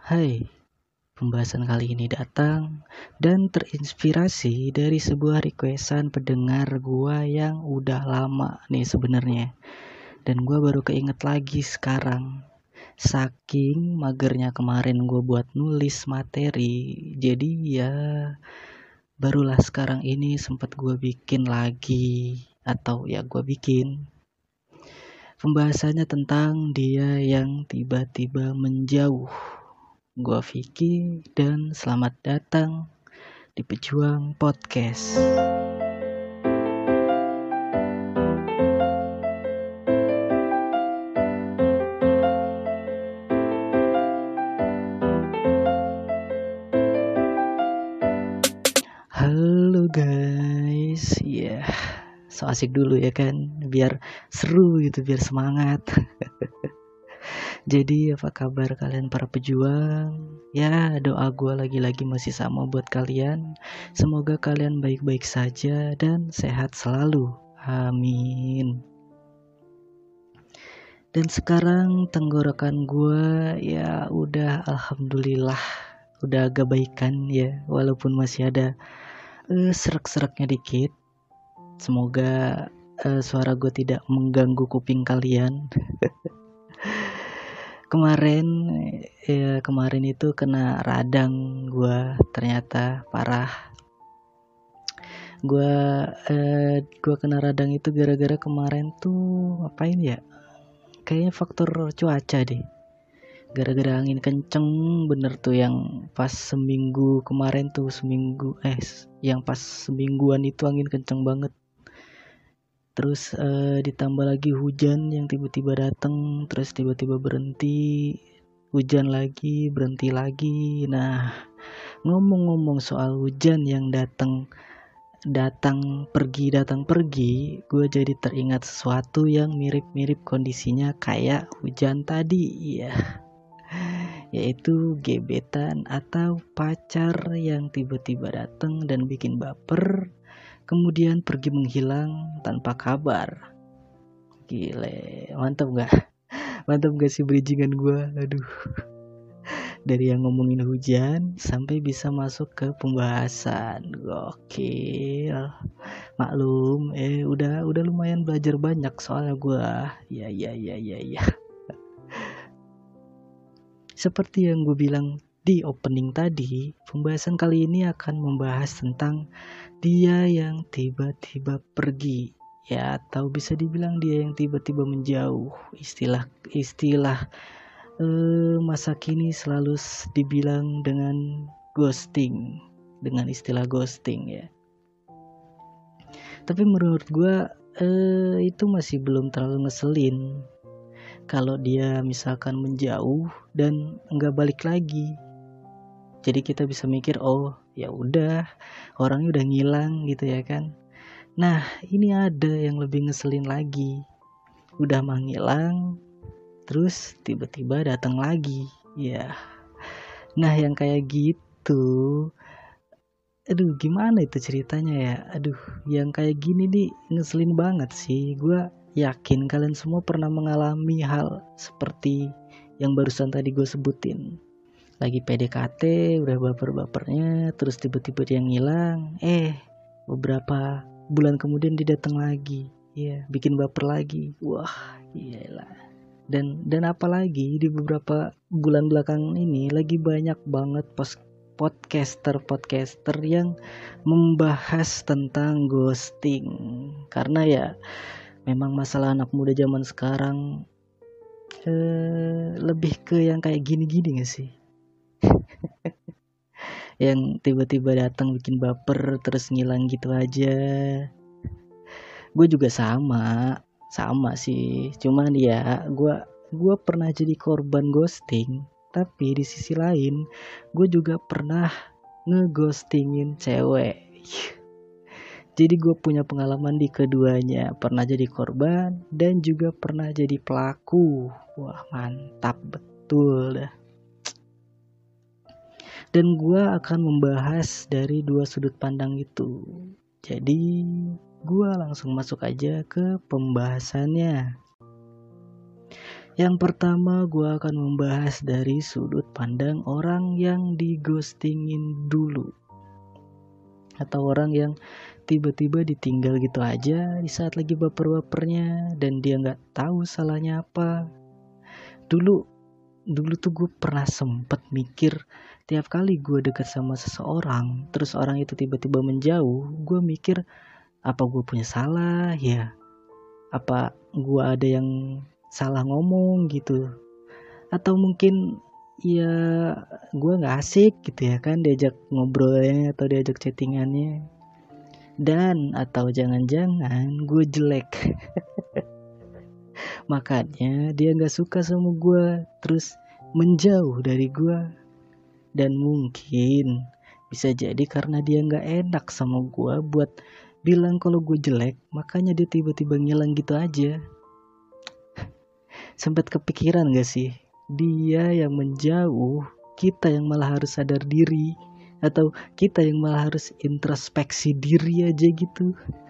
Hai, pembahasan kali ini datang dan terinspirasi dari sebuah requestan pendengar gua yang udah lama nih sebenarnya. Dan gua baru keinget lagi sekarang. Saking magernya kemarin gua buat nulis materi, jadi ya barulah sekarang ini sempat gua bikin lagi atau ya gua bikin. Pembahasannya tentang dia yang tiba-tiba menjauh. Gua Vicky dan selamat datang di Pejuang Podcast. Halo guys, ya so asik dulu ya kan, biar seru gitu, biar semangat. Jadi apa kabar kalian para pejuang? Ya, doa gue lagi-lagi masih sama buat kalian. Semoga kalian baik-baik saja dan sehat selalu. Amin. Dan sekarang tenggorokan gue ya udah alhamdulillah udah agak baikan ya, walaupun masih ada serak-seraknya dikit. Semoga suara gue tidak mengganggu kuping kalian. Kemarin itu kena radang gue, ternyata parah. Gue kena radang itu gara-gara kemarin tuh ngapain ya? Kayaknya faktor cuaca deh. Gara-gara angin kenceng bener tuh yang pas seminggu kemarin tuh yang pas semingguan itu angin kenceng banget. Terus ditambah lagi hujan yang tiba-tiba datang, terus tiba-tiba berhenti, hujan lagi, berhenti lagi. Nah, ngomong-ngomong soal hujan yang datang pergi, gue jadi teringat sesuatu yang mirip-mirip kondisinya kayak hujan tadi, ya. Yaitu gebetan atau pacar yang tiba-tiba datang dan bikin baper, kemudian pergi menghilang tanpa kabar. Gile, mantap gak? Mantap gak sih bridgingan gue? Aduh. Dari yang ngomongin hujan sampai bisa masuk ke pembahasan. Gokil. Maklum, udah lumayan belajar banyak soalnya gue. Ya. Seperti yang gue bilang di opening tadi, pembahasan kali ini akan membahas tentang dia yang tiba-tiba pergi. Ya, atau bisa dibilang dia yang tiba-tiba menjauh. Istilah masa kini selalu dibilang dengan istilah ghosting ya. Tapi menurut gue itu masih belum terlalu ngeselin kalau dia misalkan menjauh dan nggak balik lagi. Jadi kita bisa mikir, oh ya udah, orangnya udah ngilang gitu ya kan. Nah, ini ada yang lebih ngeselin lagi. Udah menghilang, terus tiba-tiba datang lagi. Ya. Nah, yang kayak gitu, aduh gimana itu ceritanya ya. Aduh, yang kayak gini nih ngeselin banget sih. Gue yakin kalian semua pernah mengalami hal seperti yang barusan tadi gue sebutin. Lagi PDKT, udah baper-bapernya, terus tiba-tiba dia ngilang. Beberapa bulan kemudian dia datang lagi. Iya, bikin baper lagi. Wah, iyalah. Dan apalagi di beberapa bulan belakang ini lagi banyak banget podcaster yang membahas tentang ghosting. Karena ya memang masalah anak muda zaman sekarang lebih ke yang kayak gini-gini gak sih? Yang tiba-tiba datang bikin baper terus ngilang gitu aja. Gue juga sama sih, cuman ya gue pernah jadi korban ghosting, tapi di sisi lain gue juga pernah ngeghostingin cewek. Jadi gue punya pengalaman di keduanya, pernah jadi korban dan juga pernah jadi pelaku. Wah, mantap betul dah. Dan gue akan membahas dari dua sudut pandang itu. Jadi gue langsung masuk aja ke pembahasannya. Yang pertama, gue akan membahas dari sudut pandang orang yang di-ghostingin dulu, atau orang yang tiba-tiba ditinggal gitu aja di saat lagi baper-bapernya dan dia nggak tahu salahnya apa. Dulu tuh gue pernah sempet mikir, tiap kali gue deket sama seseorang terus orang itu tiba-tiba menjauh, gue mikir apa gue punya salah ya, apa gue ada yang salah ngomong gitu, atau mungkin ya gue nggak asik gitu ya kan diajak ngobrolnya atau diajak chattingannya, dan atau jangan-jangan gue jelek makanya dia nggak suka sama gue terus menjauh dari gue. Dan mungkin bisa jadi karena dia nggak enak sama gue buat bilang kalau gue jelek, makanya dia tiba-tiba ngilang gitu aja. Sempet kepikiran gak sih, dia yang menjauh, kita yang malah harus sadar diri, atau kita yang malah harus introspeksi diri aja gitu.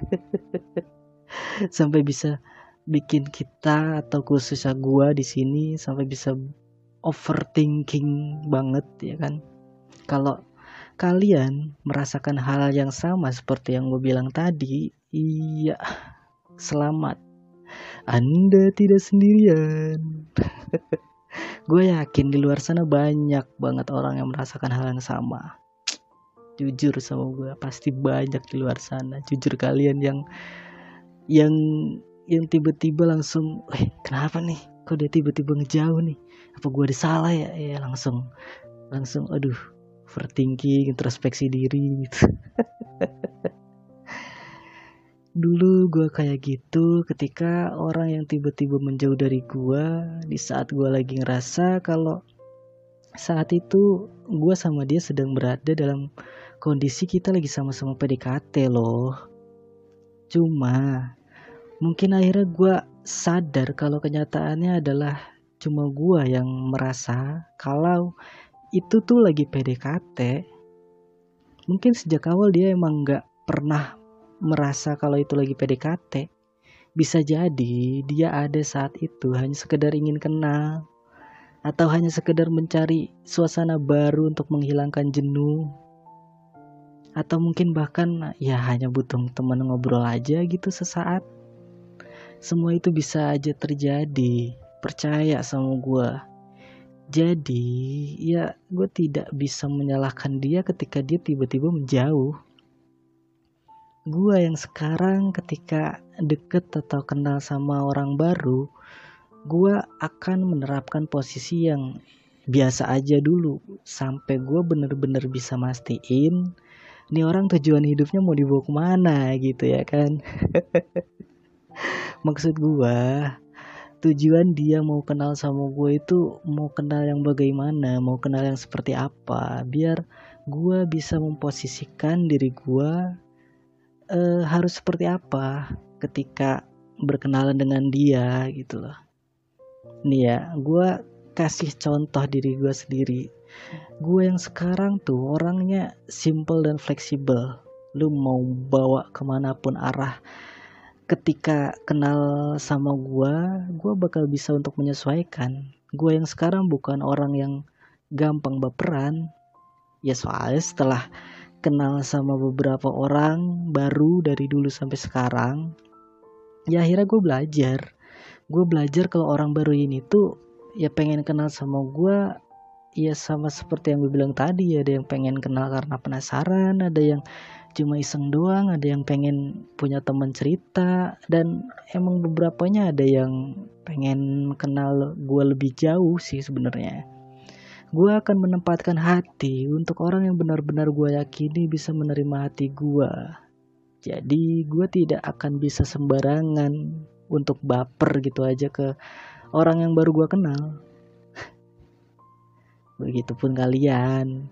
Sampai bisa bikin kita, atau khususnya gue di sini, sampai bisa overthinking banget ya kan. Kalau kalian merasakan hal yang sama seperti yang gue bilang tadi, iya, selamat, Anda tidak sendirian. Gue yakin di luar sana banyak banget orang yang merasakan hal yang sama. Jujur sama gue, pasti banyak di luar sana. Jujur kalian yang tiba-tiba langsung, kenapa nih? Kok dia tiba-tiba ngejauh nih? Apa gue ada salah ya? Ya langsung, aduh, overthinking, introspeksi diri gitu. Dulu gue kayak gitu ketika orang yang tiba-tiba menjauh dari gue di saat gue lagi ngerasa kalau saat itu gue sama dia sedang berada dalam kondisi kita lagi sama-sama PDKT loh. Cuma mungkin akhirnya gue sadar kalau kenyataannya adalah cuma gue yang merasa kalau itu tuh lagi PDKT. Mungkin sejak awal dia emang gak pernah merasa kalau itu lagi PDKT. Bisa jadi dia ada saat itu hanya sekedar ingin kenal, atau hanya sekedar mencari suasana baru untuk menghilangkan jenuh, atau mungkin bahkan ya hanya butuh teman ngobrol aja gitu sesaat. Semua itu bisa aja terjadi, percaya sama gue. Jadi ya gue tidak bisa menyalahkan dia ketika dia tiba-tiba menjauh. Gue yang sekarang ketika deket atau kenal sama orang baru, gue akan menerapkan posisi yang biasa aja dulu sampai gue bener-bener bisa mastiin nih orang tujuan hidupnya mau dibawa kemana gitu ya kan. Maksud gue, tujuan dia mau kenal sama gue itu mau kenal yang bagaimana, mau kenal yang seperti apa, biar gue bisa memposisikan diri gue harus seperti apa ketika berkenalan dengan dia gitu loh. Nih ya, gue kasih contoh diri gue sendiri. Gue yang sekarang tuh orangnya simple dan fleksibel. Lu mau bawa kemanapun arah, ketika kenal sama gue bakal bisa untuk menyesuaikan. Gue yang sekarang bukan orang yang gampang baperan. Ya soalnya setelah kenal sama beberapa orang baru dari dulu sampai sekarang, ya akhirnya gue belajar kalau orang baru ini tuh ya pengen kenal sama gue ya sama seperti yang gue bilang tadi, ada yang pengen kenal karena penasaran, ada yang cuma iseng doang, ada yang pengen punya teman cerita, dan emang beberapanya ada yang pengen kenal gue lebih jauh sih sebenarnya. Gue akan menempatkan hati untuk orang yang benar-benar gue yakini bisa menerima hati gue. Jadi gue tidak akan bisa sembarangan untuk baper gitu aja ke orang yang baru gue kenal. Begitupun kalian.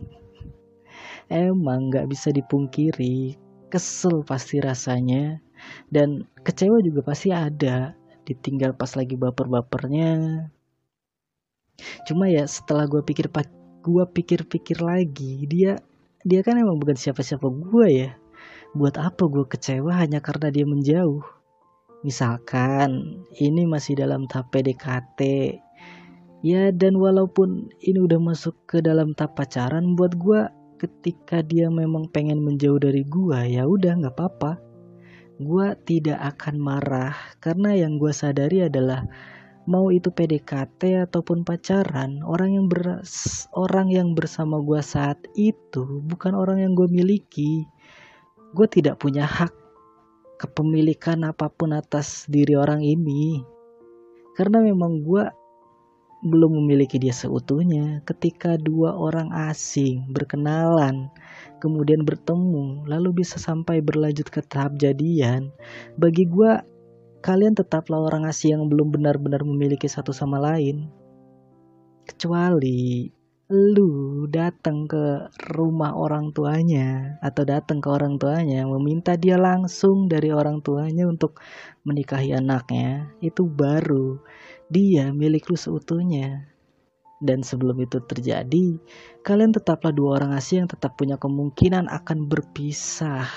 Emang gak bisa dipungkiri, kesel pasti rasanya, dan kecewa juga pasti ada, ditinggal pas lagi baper-bapernya. Cuma ya setelah gue pikir-pikir lagi, dia kan emang bukan siapa-siapa gue ya. Buat apa gue kecewa hanya karena dia menjauh? Misalkan ini masih dalam tahap PDKT, ya, dan walaupun ini udah masuk ke dalam tahap pacaran, buat gua ketika dia memang pengen menjauh dari gua, ya udah nggak apa-apa. Gua tidak akan marah karena yang gua sadari adalah mau itu PDKT ataupun pacaran, orang yang bersama gua saat itu bukan orang yang gua miliki. Gua tidak punya hak kepemilikan apapun atas diri orang ini, karena memang gue belum memiliki dia seutuhnya. Ketika dua orang asing berkenalan, kemudian bertemu, lalu bisa sampai berlanjut ke tahap jadian, bagi gue kalian tetaplah orang asing yang belum benar-benar memiliki satu sama lain. Kecuali lu datang ke rumah orang tuanya atau datang ke orang tuanya meminta dia langsung dari orang tuanya untuk menikahi anaknya, itu baru dia milik lu seutuhnya. Dan sebelum itu terjadi, kalian tetaplah dua orang asing yang tetap punya kemungkinan akan berpisah.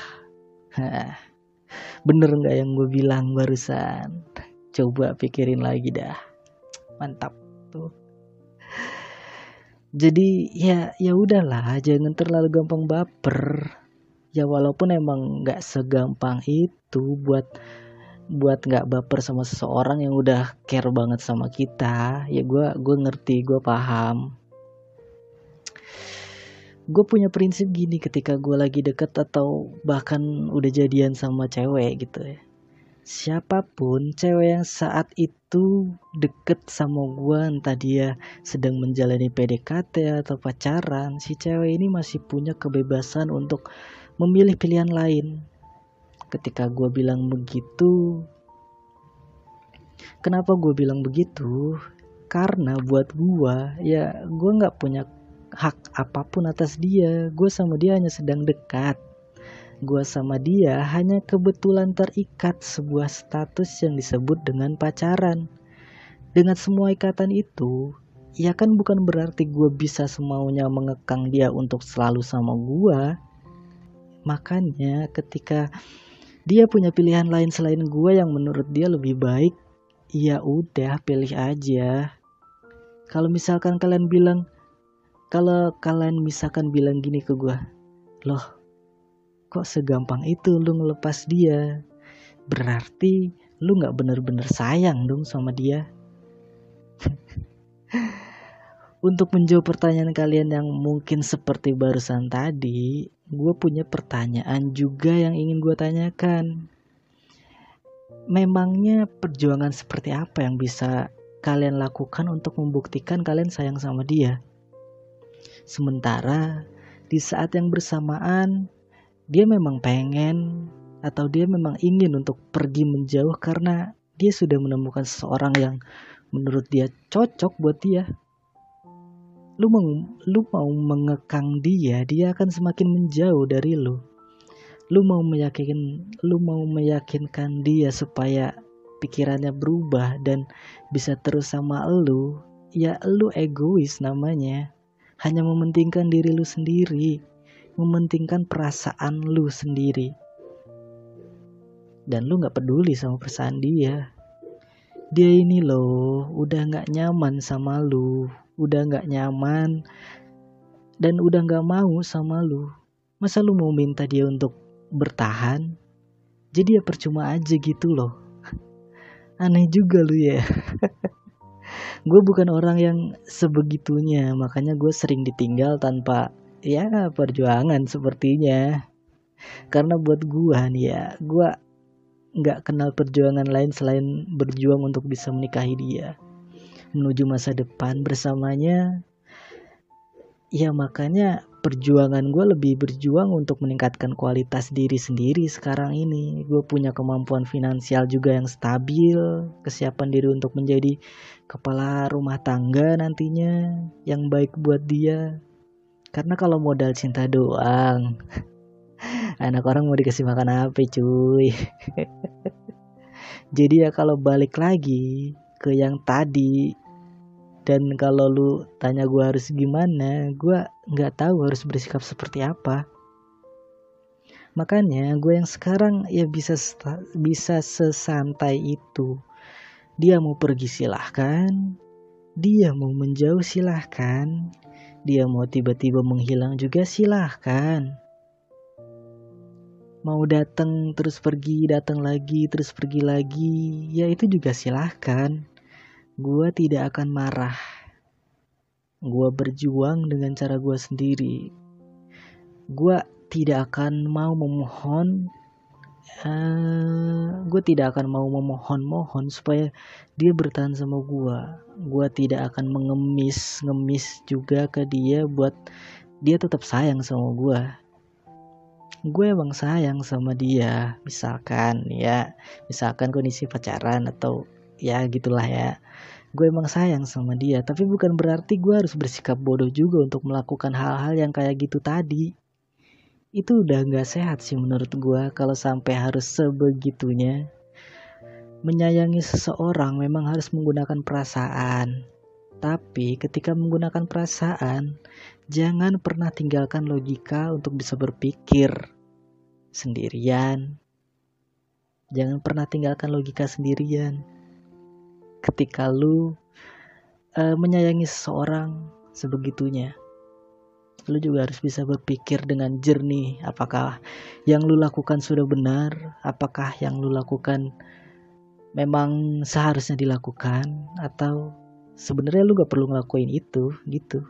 Bener gak yang gue bilang barusan? Coba pikirin lagi dah. Mantap tuh. Jadi ya udahlah, jangan terlalu gampang baper. Ya walaupun emang nggak segampang itu buat nggak baper sama seseorang yang udah care banget sama kita. Ya gue ngerti, gue paham. Gue punya prinsip gini ketika gue lagi deket atau bahkan udah jadian sama cewek gitu ya. Siapapun cewek yang saat itu deket sama gue, entah dia sedang menjalani PDKT atau pacaran, si cewek ini masih punya kebebasan untuk memilih pilihan lain. Ketika gue bilang begitu, kenapa gue bilang begitu? Karena buat gue, ya gue gak punya hak apapun atas dia. Gue sama dia hanya sedang dekat. Gue sama dia hanya kebetulan terikat sebuah status yang disebut dengan pacaran. Dengan semua ikatan itu, ya kan bukan berarti gue bisa semaunya mengekang dia untuk selalu sama gue. Makanya ketika dia punya pilihan lain selain gue yang menurut dia lebih baik, ya udah pilih aja. Kalau misalkan kalian bilang gini ke gue, loh kok segampang itu lu ngelepas dia? Berarti lu gak bener-bener sayang dong sama dia. Untuk menjawab pertanyaan kalian yang mungkin seperti barusan tadi, gue punya pertanyaan juga yang ingin gue tanyakan. Memangnya perjuangan seperti apa yang bisa kalian lakukan untuk membuktikan kalian sayang sama dia? Sementara di saat yang bersamaan dia memang pengen atau dia memang ingin untuk pergi menjauh karena dia sudah menemukan seseorang yang menurut dia cocok buat dia. Lu mau mengekang dia akan semakin menjauh dari lu. Lu mau meyakinkan dia supaya pikirannya berubah dan bisa terus sama lu, ya lu egois namanya. Hanya mementingkan diri lu sendiri, mementingkan perasaan lu sendiri, dan lu gak peduli sama perasaan dia. Dia ini loh udah gak nyaman sama lu, udah gak nyaman dan udah gak mau sama lu. Masa lu mau minta dia untuk bertahan? Jadi ya percuma aja gitu loh. Aneh juga lu ya. Gue bukan orang yang sebegitunya, makanya gue sering ditinggal tanpa ya perjuangan sepertinya. Karena buat gue nih ya, gue gak kenal perjuangan lain selain berjuang untuk bisa menikahi dia, menuju masa depan bersamanya. Ya makanya perjuangan gue lebih berjuang untuk meningkatkan kualitas diri sendiri sekarang ini. Gue punya kemampuan finansial juga yang stabil, kesiapan diri untuk menjadi kepala rumah tangga nantinya yang baik buat dia. Karena kalau modal cinta doang, anak orang mau dikasih makan apa cuy. Jadi ya kalau balik lagi ke yang tadi, dan kalau lu tanya gue harus gimana, gue gak tahu harus bersikap seperti apa. Makanya gue yang sekarang ya bisa sesantai itu. Dia mau pergi silahkan, dia mau menjauh silahkan, dia mau tiba-tiba menghilang juga silahkan. Mau datang terus pergi, datang lagi terus pergi lagi, ya itu juga silahkan. Gue tidak akan marah. Gue berjuang dengan cara gue sendiri. Gue tidak akan mau memohon. Gue tidak akan mau memohon supaya dia bertahan sama gue. Gue tidak akan ngemis juga ke dia buat dia tetap sayang sama gue. Gue emang sayang sama dia, misalkan kondisi pacaran atau ya gitulah ya. Gue emang sayang sama dia, tapi bukan berarti gue harus bersikap bodoh juga untuk melakukan hal-hal yang kayak gitu tadi. Itu udah gak sehat sih menurut gue kalau sampai harus sebegitunya. Menyayangi seseorang memang harus menggunakan perasaan. Tapi ketika menggunakan perasaan, jangan pernah tinggalkan logika untuk bisa berpikir sendirian. Jangan pernah tinggalkan logika sendirian. Ketika lu menyayangi seseorang sebegitunya, lu juga harus bisa berpikir dengan jernih. Apakah yang lu lakukan sudah benar? Apakah yang lu lakukan memang seharusnya dilakukan? Atau sebenarnya lu gak perlu ngelakuin itu gitu.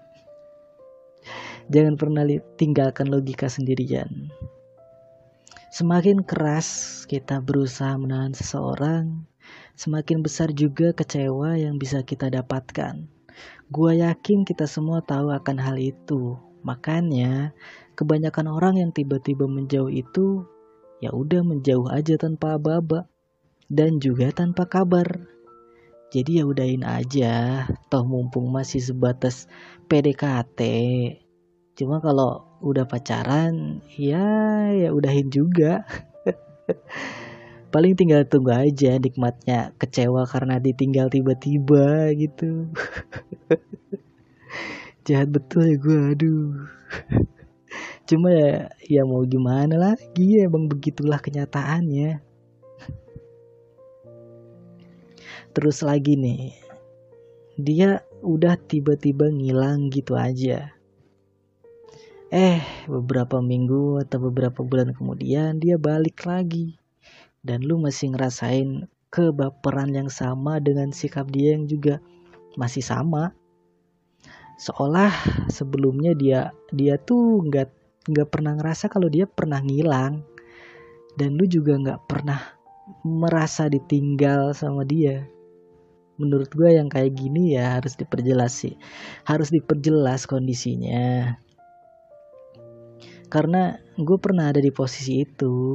Jangan pernah tinggalkan logika sendirian. Semakin keras kita berusaha menahan seseorang, semakin besar juga kecewa yang bisa kita dapatkan. Gua yakin kita semua tahu akan hal itu. Makanya kebanyakan orang yang tiba-tiba menjauh itu ya udah menjauh aja tanpa aba-aba dan juga tanpa kabar. Jadi ya udahin aja, toh mumpung masih sebatas PDKT. Cuma kalau udah pacaran ya udahin juga. Paling tinggal tunggu aja nikmatnya kecewa karena ditinggal tiba-tiba gitu. Jahat betul ya gue, aduh. Cuma ya mau gimana lagi, emang begitulah kenyataannya. Terus lagi nih, dia udah tiba-tiba ngilang gitu aja. Beberapa minggu atau beberapa bulan kemudian dia balik lagi. Dan lu masih ngerasain kebaperan yang sama dengan sikap dia yang juga masih sama. Seolah sebelumnya dia tuh nggak pernah ngerasa kalau dia pernah ngilang. Dan lu juga nggak pernah merasa ditinggal sama dia. Menurut gue yang kayak gini ya harus diperjelas kondisinya. Karena gue pernah ada di posisi itu.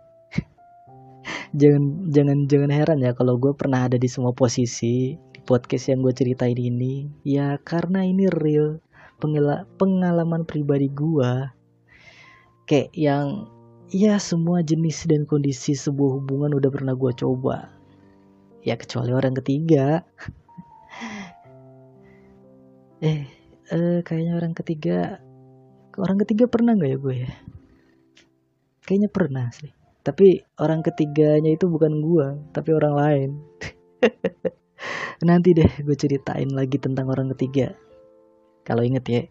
Jangan heran ya kalau gue pernah ada di semua posisi di podcast yang gue ceritain ini. Ya karena ini real pengalaman pribadi gue. Kayak yang ya semua jenis dan kondisi sebuah hubungan udah pernah gue coba. Ya kecuali orang ketiga. Kayaknya orang ketiga pernah gak ya gue ya? Kayaknya pernah sih. Tapi orang ketiganya itu bukan gue, tapi orang lain. Nanti deh gue ceritain lagi tentang orang ketiga. Kalau inget ya.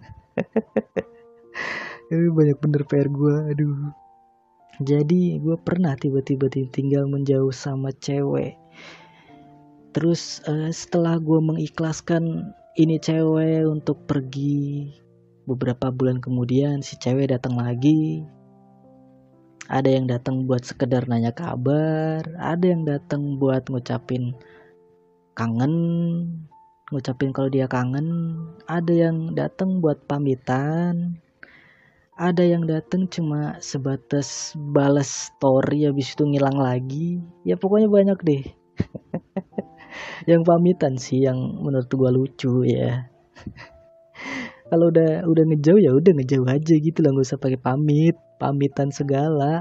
Banyak bener PR gue, aduh. Jadi gue pernah tiba-tiba ditinggal menjauh sama cewek. Terus setelah gue mengikhlaskan ini cewek untuk pergi, beberapa bulan kemudian si cewek datang lagi. Ada yang datang buat sekedar nanya kabar, ada yang datang buat ngucapin kalau dia kangen, ada yang datang buat pamitan, ada yang datang cuma sebatas balas story habis itu ngilang lagi. Ya pokoknya banyak deh. Yang pamitan sih yang menurut gua lucu ya. Kalau udah ngejauh ya udah ngejauh aja gitu lah, nggak usah pakai pamitan segala.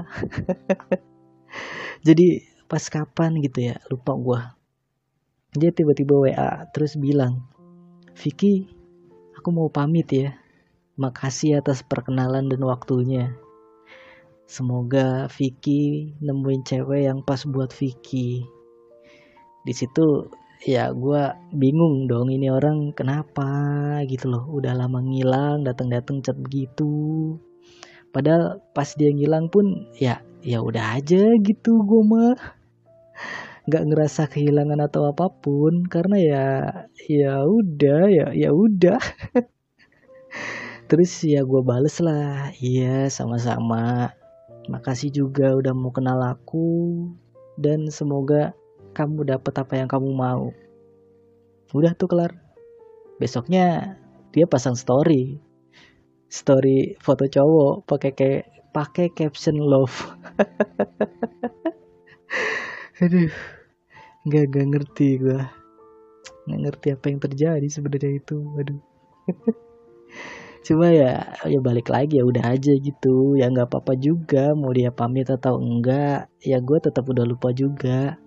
Jadi pas kapan gitu ya, lupa gua. Dia tiba-tiba WA terus bilang, "Vicky, aku mau pamit ya. Makasih atas perkenalan dan waktunya." Semoga Vicky nemuin cewek yang pas buat Vicky. Di situ ya gue bingung dong, ini orang kenapa gitu loh, udah lama ngilang, datang chat begitu. Padahal pas dia ngilang pun ya udah aja gitu, gue mah nggak ngerasa kehilangan atau apapun, karena ya udah. Terus ya gue bales lah, iya sama-sama, makasih juga udah mau kenal aku, dan semoga kamu dapet apa yang kamu mau. Udah tuh kelar. Besoknya dia pasang story foto cowok pakai caption love. Aduh, nggak ngerti gue, nggak ngerti apa yang terjadi sebenarnya itu. Aduh. Cuma ya balik lagi, ya udah aja gitu, ya nggak apa-apa juga mau dia pamit atau enggak, ya gue tetap udah lupa juga.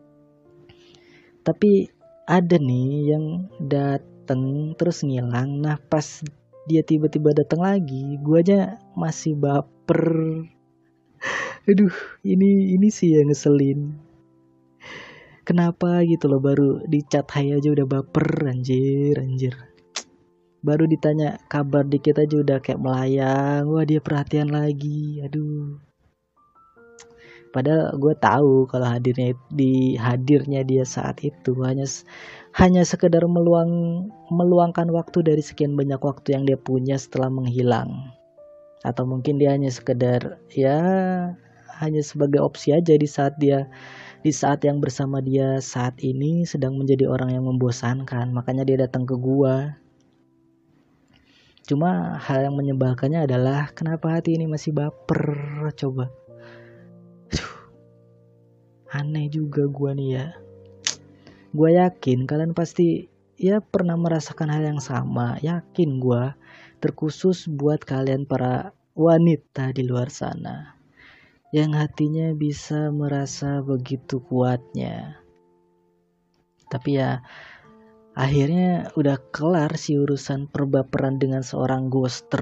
Tapi ada nih yang dateng terus ngilang, nah pas dia tiba-tiba datang lagi, gue aja masih baper. Aduh, ini sih yang ngeselin. Kenapa gitu loh, baru di chat hai aja udah baper, anjir. Baru ditanya kabar dikit aja udah kayak melayang, wah dia perhatian lagi, aduh. Padahal gue tahu kalau hadirnya dia saat itu hanya sekedar meluangkan waktu dari sekian banyak waktu yang dia punya setelah menghilang. Atau mungkin dia hanya sekedar hanya sebagai opsi aja di saat yang bersama dia saat ini sedang menjadi orang yang membosankan, makanya dia datang ke gua. Cuma hal yang menyebalkannya adalah kenapa hati ini masih baper, coba. Aneh juga gua nih ya. Gua yakin kalian pasti pernah merasakan hal yang sama, yakin gua. Terkhusus buat kalian para wanita di luar sana yang hatinya bisa merasa begitu kuatnya. Tapi ya akhirnya udah kelar sih urusan perbaperan dengan seorang ghoster.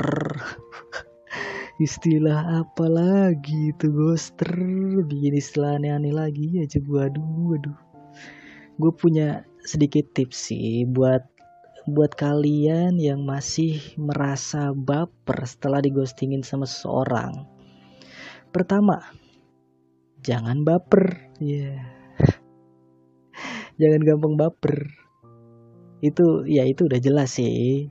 Istilah apa lagi itu ghoster, bikin istilah aneh-aneh lagi aja gua. Aduh. Gue punya sedikit tips sih buat kalian yang masih merasa baper setelah digostingin sama seseorang. Pertama, jangan baper. Jangan gampang baper. Itu udah jelas sih.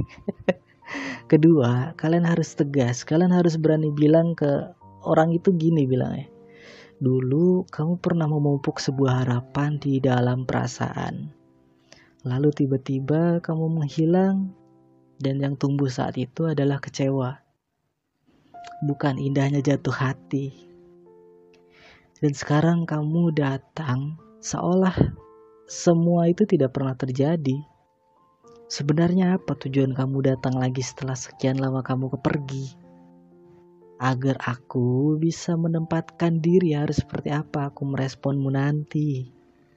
Kedua, kalian harus tegas. Kalian harus berani bilang ke orang itu gini bilangnya. Dulu kamu pernah memupuk sebuah harapan di dalam perasaan. Lalu tiba-tiba kamu menghilang, dan yang tumbuh saat itu adalah kecewa. Bukan indahnya jatuh hati. Dan sekarang kamu datang seolah semua itu tidak pernah terjadi. Sebenarnya apa tujuan kamu datang lagi setelah sekian lama kamu pergi? Agar aku bisa menempatkan diri harus seperti apa aku meresponmu nanti.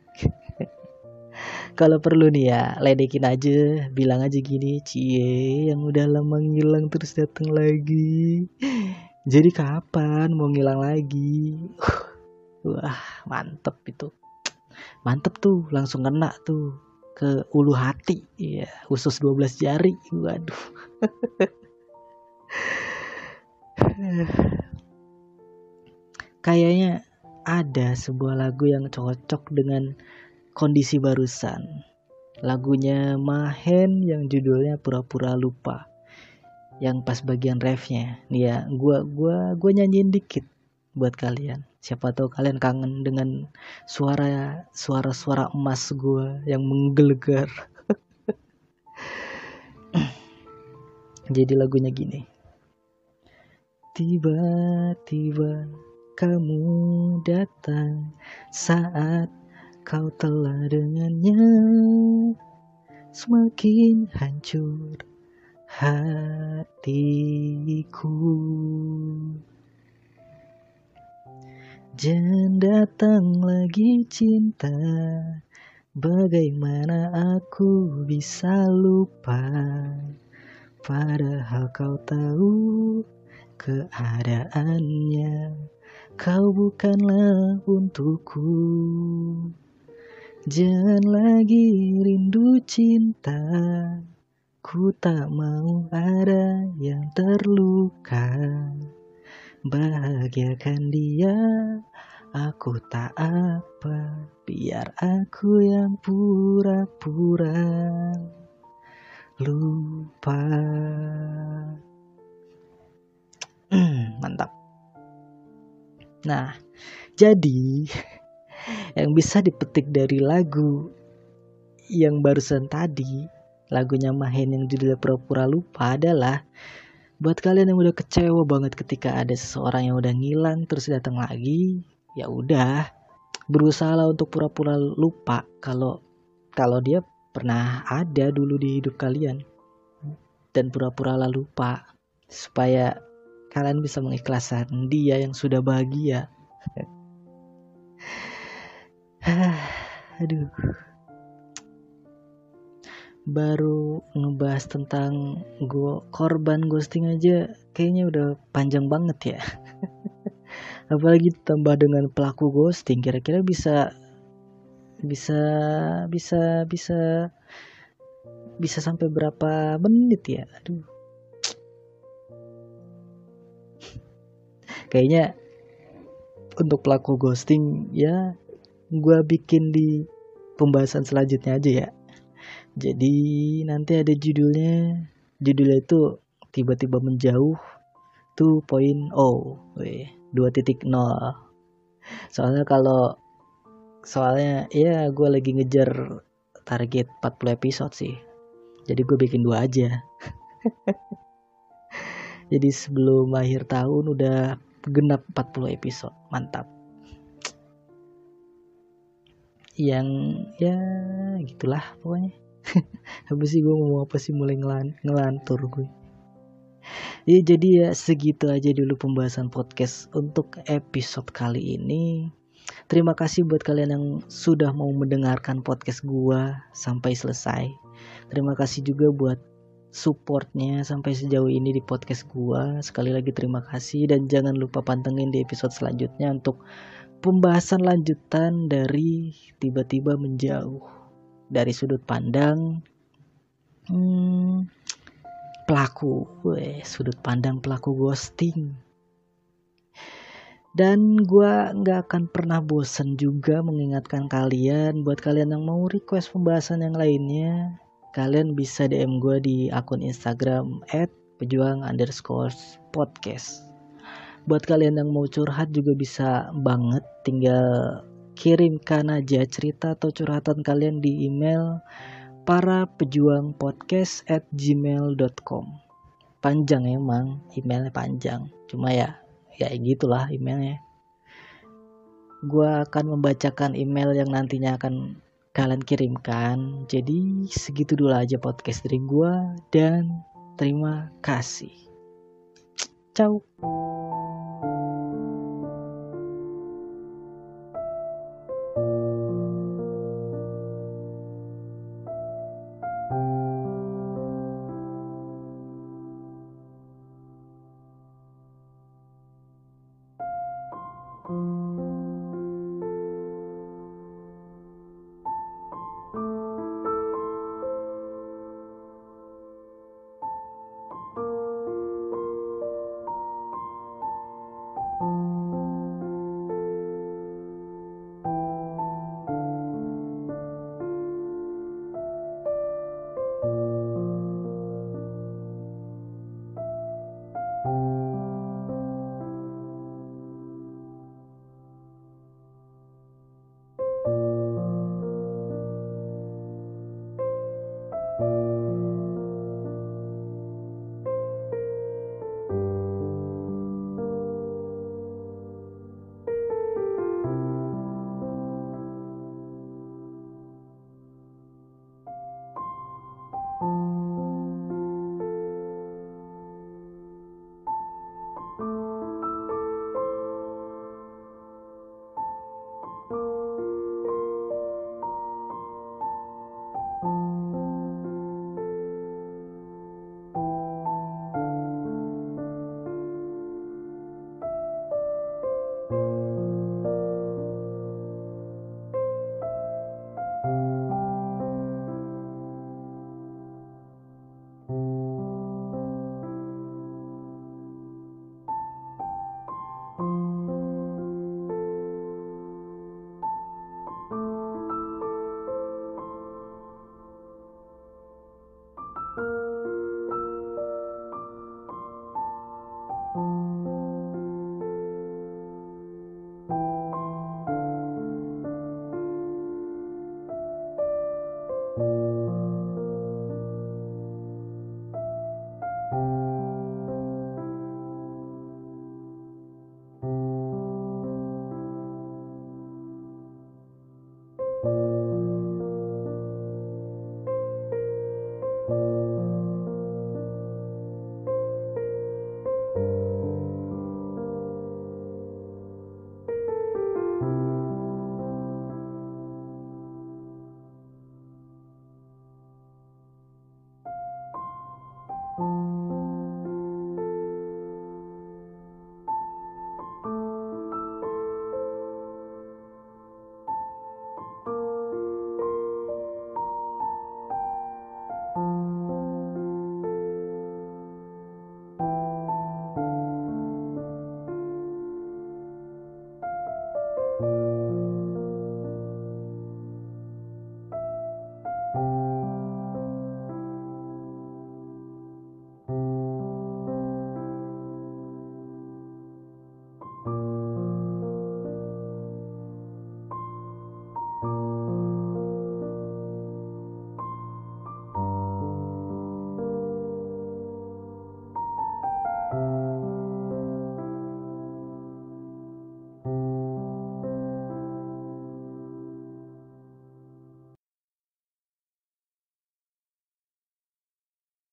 Kalau perlu nih ya, ledekin aja, bilang aja gini, cie yang udah lama ngilang terus datang lagi. Jadi kapan mau ngilang lagi? Wah, mantep itu. Mantep tuh, langsung kena tuh ke ulu hati. Iya, usus 12 jari. Waduh. Kayaknya ada sebuah lagu yang cocok dengan kondisi barusan. Lagunya Mahen yang judulnya Pura-Pura Lupa. Yang pas bagian refnya. Nih ya, gua nyanyiin dikit buat kalian. Siapa tahu kalian kangen dengan suara emas gua yang menggelegar. Jadi lagunya gini. Tiba-tiba kamu datang saat kau telah dengannya, semakin hancur hatiku. Jangan datang lagi cinta, bagaimana aku bisa lupa, padahal kau tahu keadaannya. Kau bukanlah untukku. Jangan lagi rindu cinta. Ku tak mau ada yang terluka. Bahagiakan dia. Aku tak apa. Biar aku yang pura-pura lupa. Mantap. Nah, jadi yang bisa dipetik dari lagu yang barusan tadi, lagunya Mahen yang judulnya Pura-Pura Lupa adalah buat kalian yang udah kecewa banget ketika ada seseorang yang udah ngilang terus datang lagi, ya udah berusahalah untuk pura-pura lupa kalau dia pernah ada dulu di hidup kalian, dan pura-pura lupa supaya kalian bisa mengikhlaskan dia yang sudah bahagia. Aduh, baru ngebahas tentang korban ghosting aja kayaknya udah panjang banget ya. Apalagi tambah dengan pelaku ghosting, kira-kira bisa sampai berapa menit ya? Aduh. Kayaknya untuk pelaku ghosting ya gue bikin di pembahasan selanjutnya aja ya. Jadi nanti ada judulnya itu tiba-tiba menjauh 2.0 2.0. Soalnya ya gue lagi ngejar target 40 episode sih. Jadi gue bikin 2 aja. Jadi sebelum akhir tahun udah genap 40 episode. Mantap. Yang ya gitulah pokoknya. Habis sih gue ngomong apa sih, mulai ngelantur gue. Ya jadi ya segitu aja dulu pembahasan podcast untuk episode kali ini. Terima kasih buat kalian yang sudah mau mendengarkan podcast gue sampai selesai. Terima kasih juga buat supportnya sampai sejauh ini di podcast gue. Sekali lagi terima kasih, dan jangan lupa pantengin di episode selanjutnya untuk pembahasan lanjutan dari tiba-tiba menjauh dari sudut pandang sudut pandang pelaku ghosting. Dan gue gak akan pernah bosan juga mengingatkan kalian, buat kalian yang mau request pembahasan yang lainnya, kalian bisa DM gue di akun Instagram @pejuang_podcast. Buat kalian yang mau curhat juga bisa banget, tinggal kirimkan aja cerita atau curhatan kalian di email parapejuangpodcast@gmail.com. Panjang emang, emailnya panjang, cuma ya gitulah emailnya. Gua akan membacakan email yang nantinya akan kalian kirimkan. Jadi segitu dulu aja podcast dari gua, dan terima kasih. Ciao.